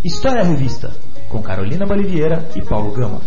História Revista, com Carolina Boliviera e Paulo Gama.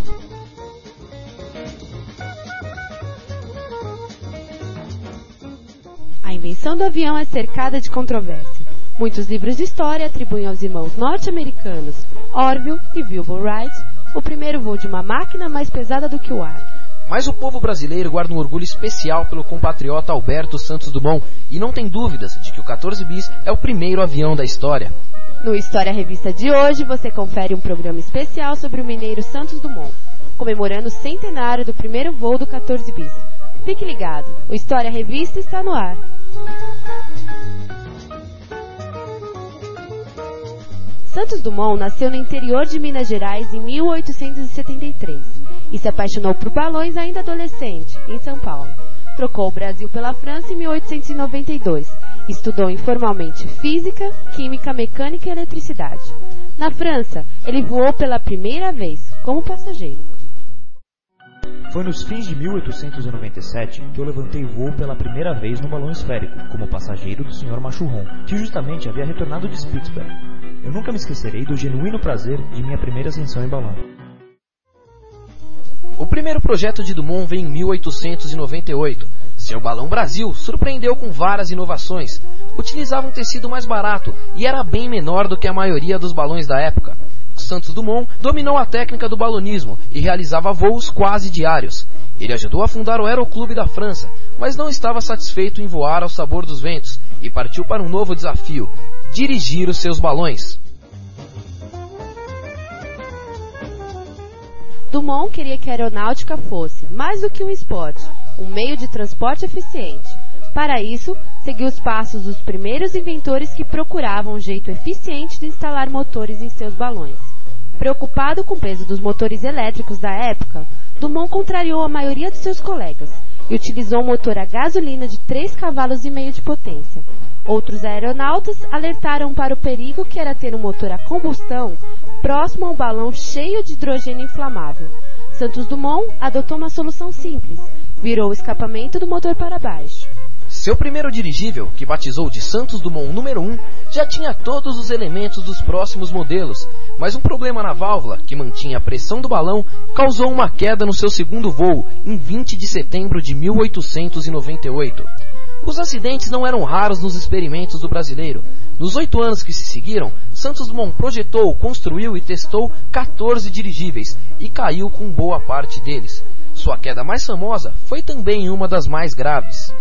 A invenção do avião é cercada de controvérsia. Muitos livros de história atribuem aos irmãos norte-americanos Orville e Wilbur Wright o primeiro voo de uma máquina mais pesada do que o ar. Mas o povo brasileiro guarda um orgulho especial pelo compatriota Alberto Santos Dumont e não tem dúvidas de que o 14 bis é o primeiro avião da história. No História Revista de hoje, você confere um programa especial sobre o mineiro Santos Dumont, comemorando o centenário do primeiro voo do 14 bis. Fique ligado, o História Revista está no ar. Santos Dumont nasceu no interior de Minas Gerais em 1873 e se apaixonou por balões ainda adolescente, em São Paulo. Trocou o Brasil pela França em 1892. Estudou informalmente física, química, mecânica e eletricidade. Na França, ele voou pela primeira vez, como passageiro. Foi nos fins de 1897 que eu levantei voo pela primeira vez no balão esférico, como passageiro do Sr. Machuron, que justamente havia retornado de Spitzberg. Eu nunca me esquecerei do genuíno prazer de minha primeira ascensão em balão. O primeiro projeto de Dumont veio em 1898. Seu Balão Brasil surpreendeu com várias inovações. Utilizava um tecido mais barato e era bem menor do que a maioria dos balões da época. Santos Dumont dominou a técnica do balonismo e realizava voos quase diários. Ele ajudou a fundar o Aeroclube da França, mas não estava satisfeito em voar ao sabor dos ventos e partiu para um novo desafio: dirigir os seus balões. Dumont queria que a aeronáutica fosse, mais do que um esporte, um meio de transporte eficiente. Para isso, seguiu os passos dos primeiros inventores que procuravam um jeito eficiente de instalar motores em seus balões. Preocupado com o peso dos motores elétricos da época, Dumont contrariou a maioria de seus colegas e utilizou um motor a gasolina de 3,5 cavalos de potência. Outros aeronautas alertaram para o perigo que era ter um motor a combustão próximo a um balão cheio de hidrogênio inflamável. Santos Dumont adotou uma solução simples: virou o escapamento do motor para baixo. Seu primeiro dirigível, que batizou de Santos Dumont número 1, já tinha todos os elementos dos próximos modelos, mas um problema na válvula, que mantinha a pressão do balão, causou uma queda no seu segundo voo, em 20 de setembro de 1898. Os acidentes não eram raros nos experimentos do brasileiro. Nos 8 anos que se seguiram, Santos Dumont projetou, construiu e testou 14 dirigíveis e caiu com boa parte deles. Sua queda mais famosa foi também uma das mais graves.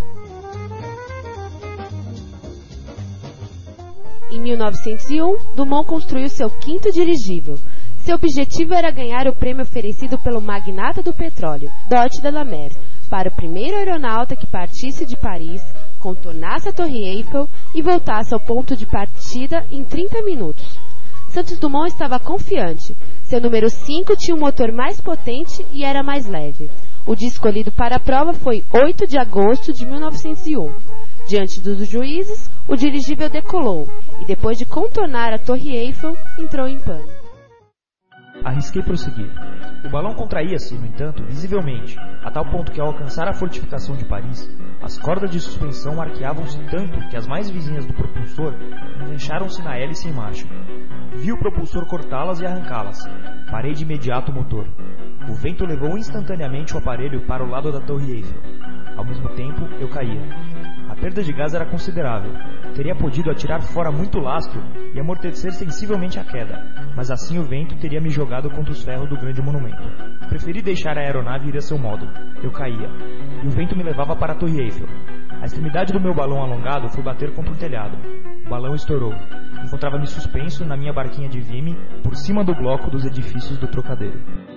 Em 1901, Dumont construiu seu quinto dirigível. Seu objetivo era ganhar o prêmio oferecido pelo magnata do petróleo, Dorothy de la Mer, para o primeiro aeronauta que partisse de Paris, contornasse a Torre Eiffel e voltasse ao ponto de partida em 30 minutos. Santos Dumont estava confiante. Seu número 5 tinha um motor mais potente e era mais leve. O dia escolhido para a prova foi 8 de agosto de 1901. Diante dos juízes, o dirigível decolou e, depois de contornar a Torre Eiffel, entrou em pânico. Arrisquei prosseguir. O balão contraía-se, no entanto, visivelmente, a tal ponto que, ao alcançar a fortificação de Paris, as cordas de suspensão arqueavam-se tanto que as mais vizinhas do propulsor engancharam-se na hélice em marcha. Vi o propulsor cortá-las e arrancá-las. Parei de imediato o motor. O vento levou instantaneamente o aparelho para o lado da Torre Eiffel. Ao mesmo tempo, eu caía. A perda de gás era considerável. Teria podido atirar fora muito lastro e amortecer sensivelmente a queda, mas assim o vento teria me jogado contra os ferros do grande monumento. Preferi deixar a aeronave ir a seu modo. Eu caía, e o vento me levava para a Torre Eiffel. A extremidade do meu balão alongado foi bater contra o telhado. O balão estourou. Encontrava-me suspenso na minha barquinha de vime por cima do bloco dos edifícios do Trocadeiro.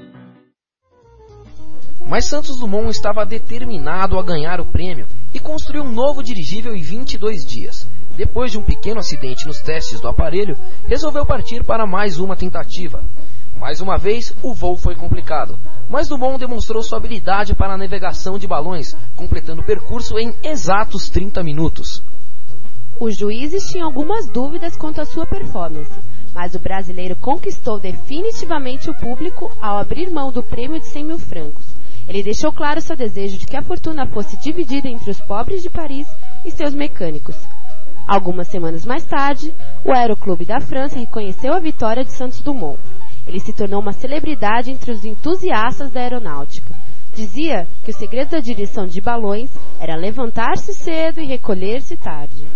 Mas Santos Dumont estava determinado a ganhar o prêmio e construiu um novo dirigível em 22 dias. Depois de um pequeno acidente nos testes do aparelho, resolveu partir para mais uma tentativa. Mais uma vez, o voo foi complicado, mas Dumont demonstrou sua habilidade para a navegação de balões, completando o percurso em exatos 30 minutos. Os juízes tinham algumas dúvidas quanto à sua performance, mas o brasileiro conquistou definitivamente o público ao abrir mão do prêmio de 100 mil francos. Ele deixou claro seu desejo de que a fortuna fosse dividida entre os pobres de Paris e seus mecânicos. Algumas semanas mais tarde, o Aeroclube da França reconheceu a vitória de Santos Dumont. Ele se tornou uma celebridade entre os entusiastas da aeronáutica. Dizia que o segredo da direção de balões era levantar-se cedo e recolher-se tarde.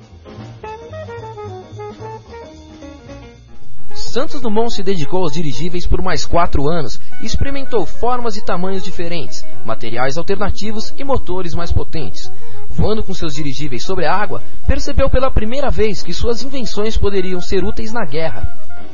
Santos Dumont se dedicou aos dirigíveis por mais 4 anos e experimentou formas e tamanhos diferentes, materiais alternativos e motores mais potentes. Voando com seus dirigíveis sobre a água, percebeu pela primeira vez que suas invenções poderiam ser úteis na guerra.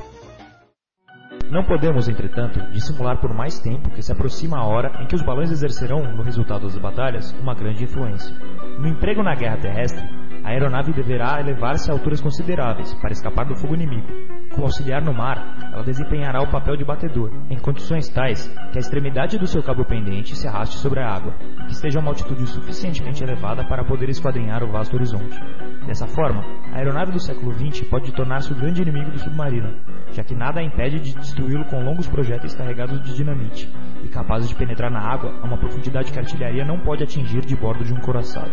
Não podemos, entretanto, dissimular por mais tempo que se aproxima a hora em que os balões exercerão, no resultado das batalhas, uma grande influência. No emprego na guerra terrestre, a aeronave deverá elevar-se a alturas consideráveis para escapar do fogo inimigo. Como auxiliar no mar, ela desempenhará o papel de batedor, em condições tais que a extremidade do seu cabo pendente se arraste sobre a água e que esteja a uma altitude suficientemente elevada para poder esquadrinhar o vasto horizonte. Dessa forma, a aeronave do século XX pode tornar-se o grande inimigo do submarino, já que nada a impede de destruí-lo com longos projéteis carregados de dinamite e capazes de penetrar na água a uma profundidade que a artilharia não pode atingir de bordo de um couraçado.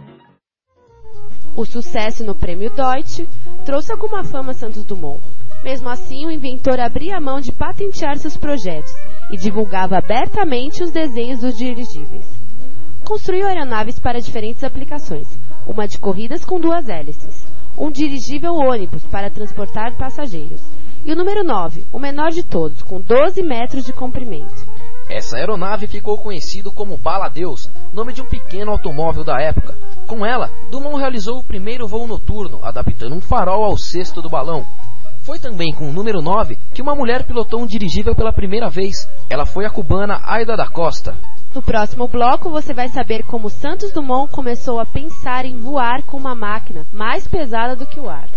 O sucesso no Prêmio Deutsch trouxe alguma fama a Santos Dumont. Mesmo assim, o inventor abria mão de patentear seus projetos e divulgava abertamente os desenhos dos dirigíveis. Construiu aeronaves para diferentes aplicações, uma de corridas com 2 hélices, um dirigível ônibus para transportar passageiros, e o número 9, o menor de todos, com 12 metros de comprimento. Essa aeronave ficou conhecida como Bala Deus, nome de um pequeno automóvel da época. Com ela, Dumont realizou o primeiro voo noturno, adaptando um farol ao cesto do balão. Foi também com o número 9 que uma mulher pilotou um dirigível pela primeira vez. Ela foi a cubana Aida da Costa. No próximo bloco, você vai saber como Santos Dumont começou a pensar em voar com uma máquina mais pesada do que o ar.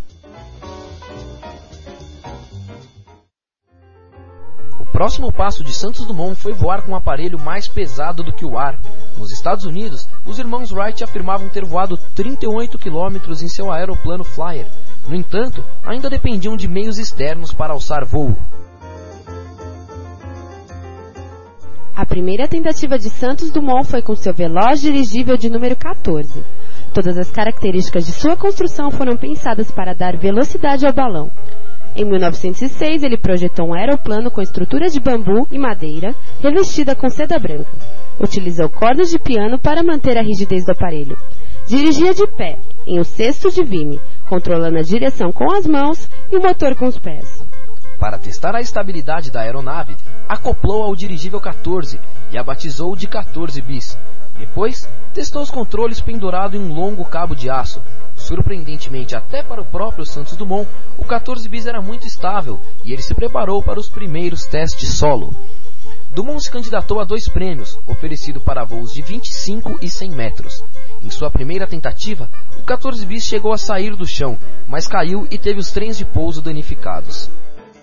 O próximo passo de Santos Dumont foi voar com um aparelho mais pesado do que o ar. Nos Estados Unidos, os irmãos Wright afirmavam ter voado 38 km em seu aeroplano Flyer. No entanto, ainda dependiam de meios externos para alçar voo. A primeira tentativa de Santos Dumont foi com seu veloz dirigível de número 14. Todas as características de sua construção foram pensadas para dar velocidade ao balão. Em 1906, ele projetou um aeroplano com estrutura de bambu e madeira, revestida com seda branca. Utilizou cordas de piano para manter a rigidez do aparelho. Dirigia de pé, em um cesto de vime, controlando a direção com as mãos e o motor com os pés. Para testar a estabilidade da aeronave, acoplou ao dirigível 14 e a batizou de 14 bis. Depois, testou os controles pendurado em um longo cabo de aço. Surpreendentemente, até para o próprio Santos Dumont, o 14 bis era muito estável e ele se preparou para os primeiros testes solo. Dumont se candidatou a 2 prêmios, oferecido para voos de 25 e 100 metros. Em sua primeira tentativa, o 14 bis chegou a sair do chão, mas caiu e teve os trens de pouso danificados.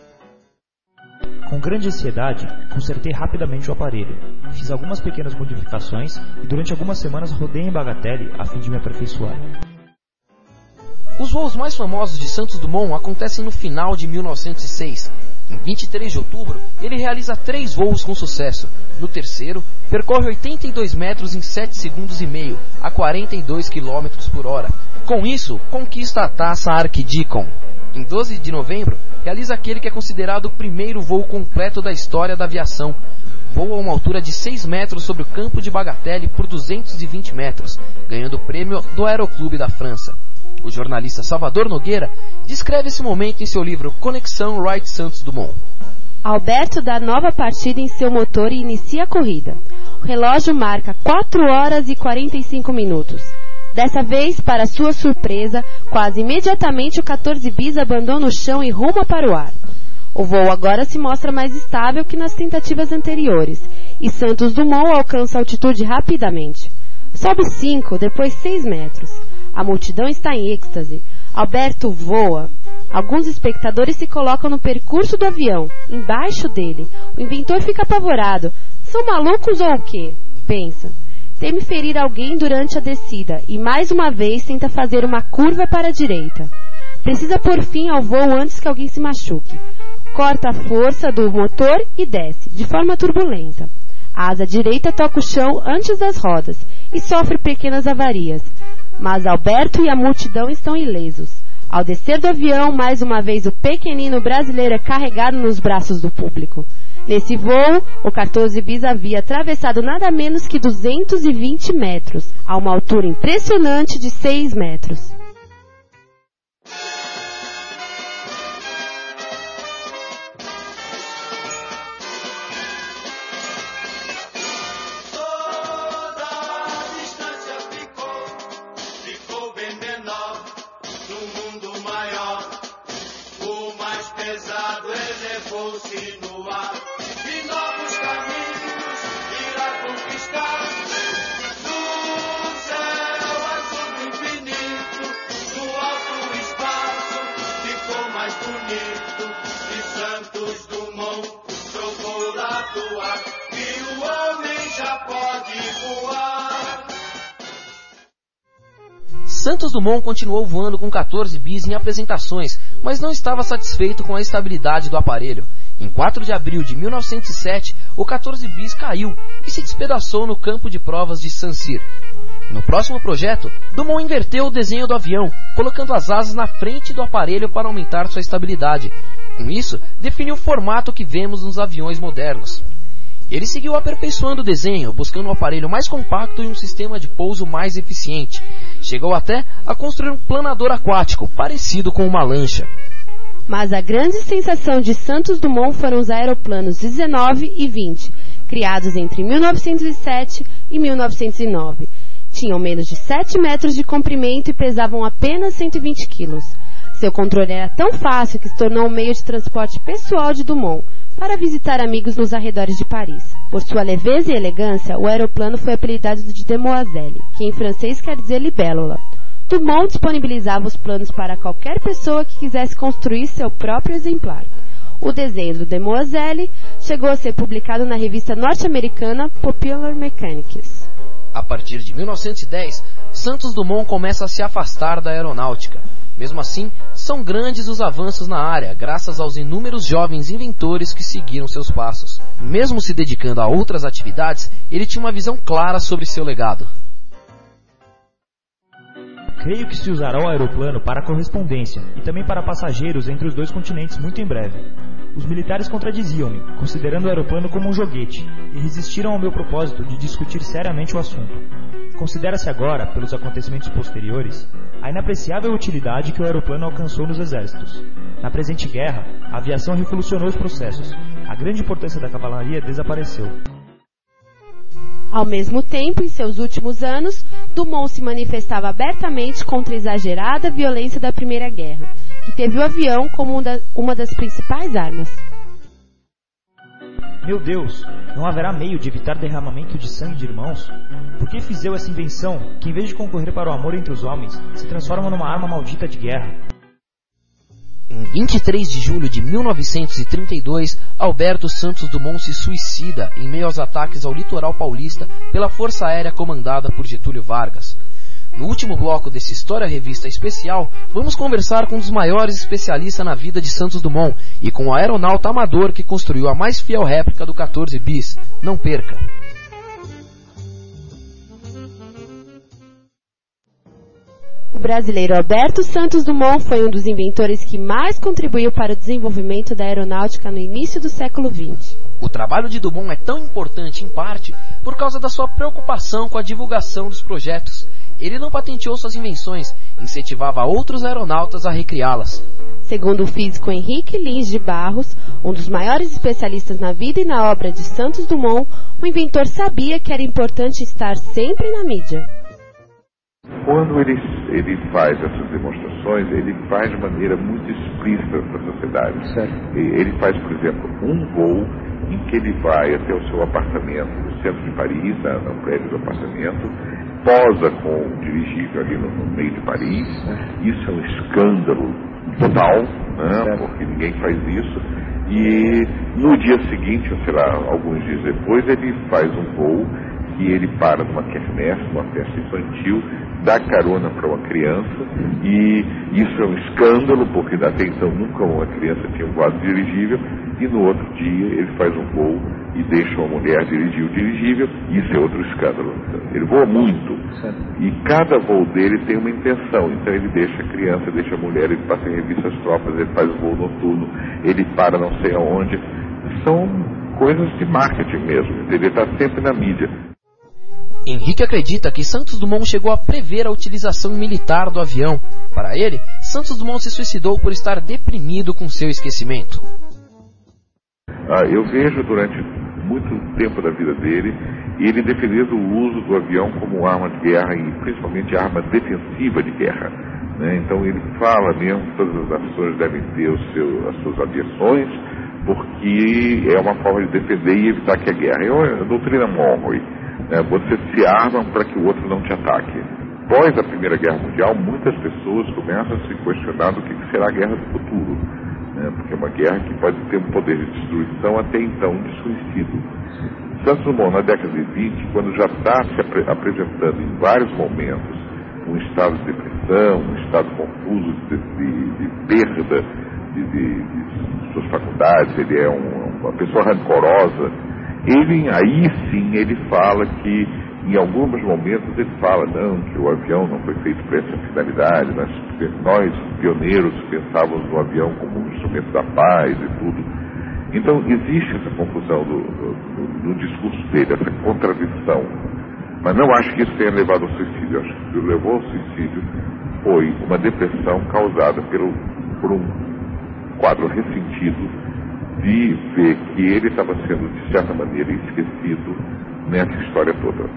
Com grande ansiedade, consertei rapidamente o aparelho. Fiz algumas pequenas modificações e durante algumas semanas rodei em Bagatelle a fim de me aperfeiçoar. Os voos mais famosos de Santos Dumont acontecem no final de 1906. Em 23 de outubro, ele realiza 3 voos com sucesso. No terceiro, percorre 82 metros em 7 segundos e meio, a 42 km por hora. Com isso, conquista a taça Archdeacon. Em 12 de novembro, realiza aquele que é considerado o primeiro voo completo da história da aviação. Voa a uma altura de 6 metros sobre o campo de Bagatelle por 220 metros, ganhando o prêmio do Aeroclube da França. O jornalista Salvador Nogueira descreve esse momento em seu livro Conexão Wright-Santos Dumont. Alberto dá nova partida em seu motor e inicia a corrida. O relógio marca 4 horas e 45 minutos. Dessa vez, para sua surpresa, quase imediatamente o 14 bis abandona o chão e ruma para o ar. O voo agora se mostra mais estável que nas tentativas anteriores, e Santos Dumont alcança a altitude rapidamente. Sobe 5, depois 6 metros. A multidão está em êxtase. Alberto voa. Alguns espectadores se colocam no percurso do avião, embaixo dele. O inventor fica apavorado. São malucos ou o quê? Pensa. Teme ferir alguém durante a descida e mais uma vez tenta fazer uma curva para a direita. Precisa pôr fim ao voo antes que alguém se machuque. Corta a força do motor e desce, de forma turbulenta. A asa direita toca o chão antes das rodas e sofre pequenas avarias. Mas Alberto e a multidão estão ilesos. Ao descer do avião, mais uma vez o pequenino brasileiro é carregado nos braços do público. Nesse voo, o 14 bis havia atravessado nada menos que 220 metros, a uma altura impressionante de 6 metros. Elevou-se no ar e novos caminhos irá conquistar. No céu azul do infinito, no alto espaço, ficou mais bonito. E Santos Dumont provou lá do ar que o homem já pode voar. Santos Dumont continuou voando com 14 bis em apresentações, mas não estava satisfeito com a estabilidade do aparelho. Em 4 de abril de 1907, o 14 bis caiu e se despedaçou no campo de provas de Saint-Cyr. No próximo projeto, Dumont inverteu o desenho do avião, colocando as asas na frente do aparelho para aumentar sua estabilidade. Com isso, definiu o formato que vemos nos aviões modernos. Ele seguiu aperfeiçoando o desenho, buscando um aparelho mais compacto e um sistema de pouso mais eficiente. Chegou até a construir um planador aquático, parecido com uma lancha. Mas a grande sensação de Santos Dumont foram os aeroplanos 19 e 20, criados entre 1907 e 1909. Tinham menos de 7 metros de comprimento e pesavam apenas 120 quilos. Seu controle era tão fácil que se tornou um meio de transporte pessoal de Dumont, para visitar amigos nos arredores de Paris. Por sua leveza e elegância, o aeroplano foi apelidado de Demoiselle, que em francês quer dizer libélula. Dumont disponibilizava os planos para qualquer pessoa que quisesse construir seu próprio exemplar. O desenho do Demoiselle chegou a ser publicado na revista norte-americana Popular Mechanics. A partir de 1910, Santos Dumont começa a se afastar da aeronáutica. Mesmo assim, são grandes os avanços na área, graças aos inúmeros jovens inventores que seguiram seus passos. Mesmo se dedicando a outras atividades, ele tinha uma visão clara sobre seu legado. Creio que se usará o aeroplano para correspondência e também para passageiros entre os dois continentes muito em breve. Os militares contradiziam-me, considerando o aeroplano como um joguete, e resistiram ao meu propósito de discutir seriamente o assunto. Considera-se agora, pelos acontecimentos posteriores, a inapreciável utilidade que o aeroplano alcançou nos exércitos. Na presente guerra, a aviação revolucionou os processos. A grande importância da cavalaria desapareceu. Ao mesmo tempo, em seus últimos anos, Dumont se manifestava abertamente contra a exagerada violência da Primeira Guerra, que teve o avião como uma das principais armas. Meu Deus, não haverá meio de evitar derramamento de sangue de irmãos? Por que fiz eu essa invenção, que em vez de concorrer para o amor entre os homens, se transforma numa arma maldita de guerra? Em 23 de julho de 1932, Alberto Santos Dumont se suicida em meio aos ataques ao litoral paulista pela Força Aérea comandada por Getúlio Vargas. No último bloco desse História Revista Especial, vamos conversar com um dos maiores especialistas na vida de Santos Dumont e com o aeronauta amador que construiu a mais fiel réplica do 14 bis. Não perca! O brasileiro Alberto Santos Dumont foi um dos inventores que mais contribuiu para o desenvolvimento da aeronáutica no início do século XX. O trabalho de Dumont é tão importante, em parte, por causa da sua preocupação com a divulgação dos projetos. Ele não patenteou suas invenções, incentivava outros aeronautas a recriá-las. Segundo o físico Henrique Lins de Barros, um dos maiores especialistas na vida e na obra de Santos Dumont, o inventor sabia que era importante estar sempre na mídia. Quando ele faz essas demonstrações, ele faz de maneira muito explícita para a sociedade. Certo. Ele faz, por exemplo, um voo em que ele vai até o seu apartamento no centro de Paris, no prédio do apartamento, posa com o dirigível ali no meio de Paris. Isso é um escândalo total, né? Porque ninguém faz isso. E no dia seguinte, ou sei lá, alguns dias depois, ele faz um voo e ele para numa quermesse, numa festa infantil, dá carona para uma criança, e isso é um escândalo, porque até então nunca uma criança tinha voado dirigível, e no outro dia ele faz um voo e deixa uma mulher dirigir o dirigível, e isso é outro escândalo. Ele voa muito, E cada voo dele tem uma intenção. Então ele deixa a criança, deixa a mulher, ele passa em revista as tropas, ele faz voo noturno, ele para não sei aonde. São coisas de marketing mesmo. Ele está sempre na mídia. Henrique acredita que Santos Dumont chegou a prever a utilização militar do avião. Para ele, Santos Dumont se suicidou por estar deprimido com seu esquecimento. Eu vejo durante muito tempo da vida dele, ele defendendo o uso do avião como arma de guerra e principalmente arma defensiva de guerra, né? Então ele fala mesmo que todas as nações devem ter as suas aviações, porque é uma forma de defender e evitar que a guerra. É a doutrina Monroe. Você se arma para que o outro não te ataque. Após a Primeira Guerra Mundial, muitas pessoas começam a se questionar do que será a guerra do futuro, né? Porque é uma guerra que pode ter um poder de destruição até então de suicídio. Santos Dumont, na década de 20, quando já está se apresentando em vários momentos um estado de depressão, um estado confuso de perda de suas faculdades, ele é uma pessoa rancorosa. Aí sim ele fala que, em alguns momentos, ele fala que o avião não foi feito para essa finalidade, nós pioneiros pensávamos no avião como um instrumento da paz e tudo. Então existe essa confusão no discurso dele, essa contradição. Mas não acho que isso tenha levado ao suicídio. Acho que o que levou ao suicídio foi uma depressão causada por um quadro ressentido de ver que ele estava sendo, de certa maneira, esquecido nessa história toda.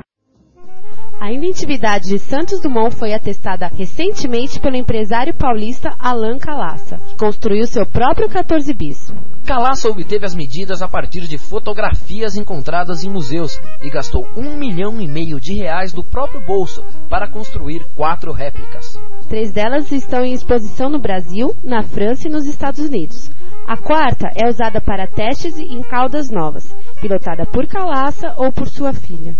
A inventividade de Santos Dumont foi atestada recentemente pelo empresário paulista Alain Calassa, que construiu seu próprio 14 bis. Calassa obteve as medidas a partir de fotografias encontradas em museus e gastou R$1,5 milhão do próprio bolso para construir 4 réplicas. 3 delas estão em exposição no Brasil, na França e nos Estados Unidos. A 4ª é usada para testes em Caldas Novas, pilotada por Calassa ou por sua filha.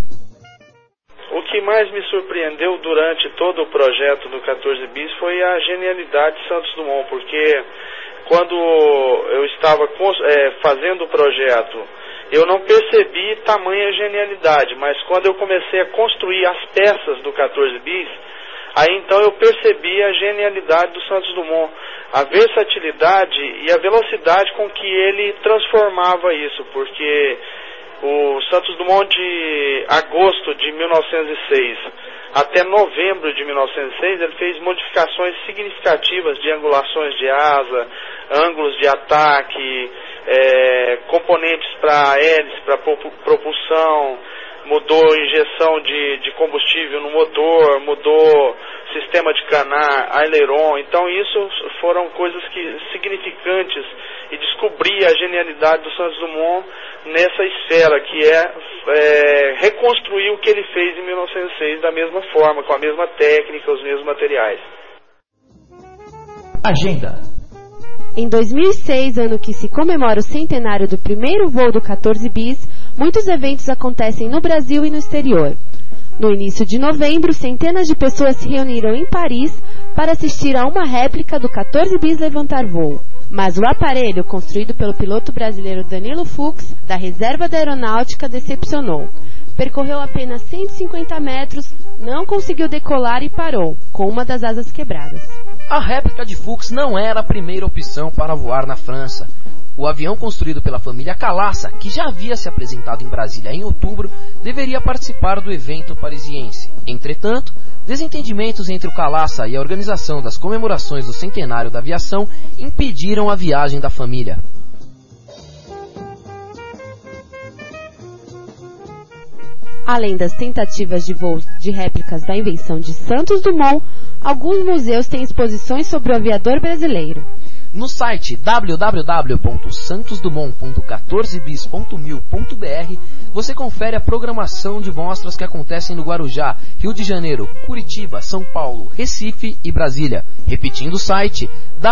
O que mais me surpreendeu durante todo o projeto do 14 bis foi a genialidade de Santos Dumont, porque quando eu estava fazendo o projeto, eu não percebi tamanha genialidade, mas quando eu comecei a construir as peças do 14 bis, aí então eu percebi a genialidade do Santos Dumont, a versatilidade e a velocidade com que ele transformava isso, porque o Santos Dumont de agosto de 1906 até novembro de 1906, ele fez modificações significativas de angulações de asa, ângulos de ataque, componentes para hélice, para propulsão, mudou injeção de combustível no motor, mudou sistema de canar, aileron. Então isso foram coisas significantes, e descobri a genialidade do Santos Dumont nessa esfera, que é reconstruir o que ele fez em 1906 da mesma forma, com a mesma técnica, os mesmos materiais. Agenda. Em 2006, ano que se comemora o centenário do primeiro voo do 14 bis, muitos eventos acontecem no Brasil e no exterior. No início de novembro, centenas de pessoas se reuniram em Paris para assistir a uma réplica do 14 bis levantar voo. Mas o aparelho, construído pelo piloto brasileiro Danilo Fux, da Reserva da Aeronáutica, decepcionou. Percorreu apenas 150 metros, não conseguiu decolar e parou, com uma das asas quebradas. A réplica de Fux não era a primeira opção para voar na França. O avião construído pela família Calassa, que já havia se apresentado em Brasília em outubro, deveria participar do evento parisiense. Entretanto, desentendimentos entre o Calassa e a organização das comemorações do centenário da aviação impediram a viagem da família. Além das tentativas de voos de réplicas da invenção de Santos Dumont, alguns museus têm exposições sobre o aviador brasileiro. No site www.santosdumont.14bis.mil.br você confere a programação de mostras que acontecem no Guarujá, Rio de Janeiro, Curitiba, São Paulo, Recife e Brasília. Repetindo o site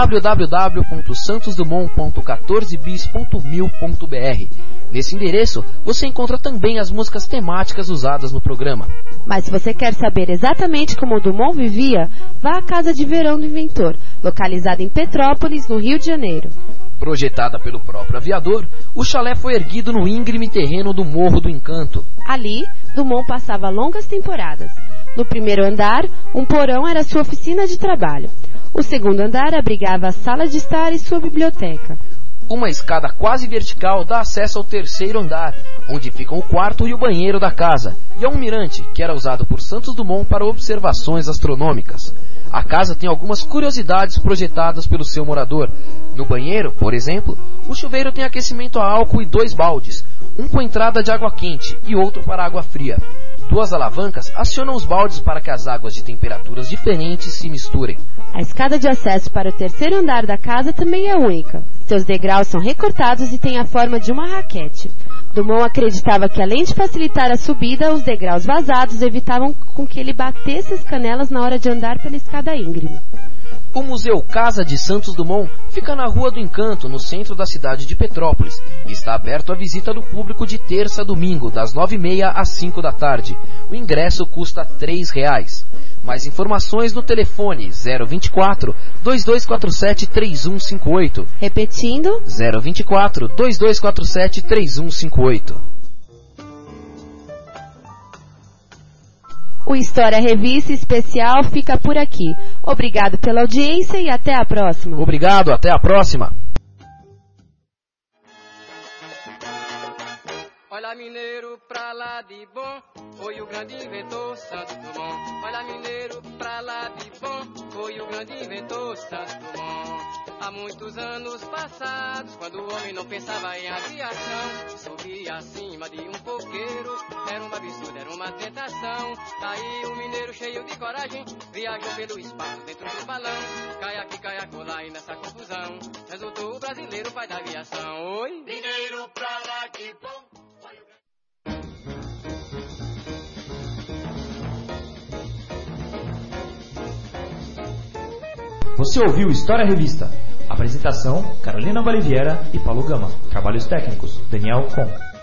www.santosdumont.14bis.mil.br. Nesse endereço você encontra também as músicas temáticas usadas no programa. Mas se você quer saber exatamente como o Dumont vivia, vá à Casa de Verão do Inventor, localizada em Petrópolis, no Rio de Janeiro. Projetada pelo próprio aviador, o chalé foi erguido no íngreme terreno do Morro do Encanto. Ali, Dumont passava longas temporadas. No primeiro andar, um porão era sua oficina de trabalho. O segundo andar abrigava a sala de estar e sua biblioteca. Uma escada quase vertical dá acesso ao terceiro andar, onde ficam o quarto e o banheiro da casa, e a um mirante, que era usado por Santos Dumont para observações astronômicas. A casa tem algumas curiosidades projetadas pelo seu morador. No banheiro, por exemplo, o chuveiro tem aquecimento a álcool e 2 baldes, um com entrada de água quente e outro para água fria. 2 alavancas acionam os baldes para que as águas de temperaturas diferentes se misturem. A escada de acesso para o terceiro andar da casa também é única. Seus degraus são recortados e têm a forma de uma raquete. Dumont acreditava que, além de facilitar a subida, os degraus vazados evitavam com que ele batesse as canelas na hora de andar pela escada íngreme. O Museu Casa de Santos Dumont fica na Rua do Encanto, no centro da cidade de Petrópolis, e está aberto à visita do público de terça a domingo, das 9h30 às 5 da tarde. O ingresso custa R$ 3. Mais informações no telefone 024 2247 3158. Repetindo, 024 2247 3158. O História Revista Especial fica por aqui. Obrigado pela audiência e até a próxima. Obrigado, até a próxima. Olha mineiro pra lá de bom, foi o grande inventor Santos Dumont. Olha mineiro pra lá de bom, foi o grande inventor Santos Dumont. Há muitos anos passados, quando o homem não pensava em aviação, subia acima de um coqueiro, era um absurdo, era uma tentação. Daí o mineiro cheio de coragem, viajou pelo espaço dentro do balão. Cai aqui, cai acolá e nessa confusão, resultou o brasileiro pai da aviação. Oi? Mineiro pra lá que bom. Você ouviu História Revista. Apresentação: Carolina Valiviera e Paulo Gama. Trabalhos técnicos: Daniel Com.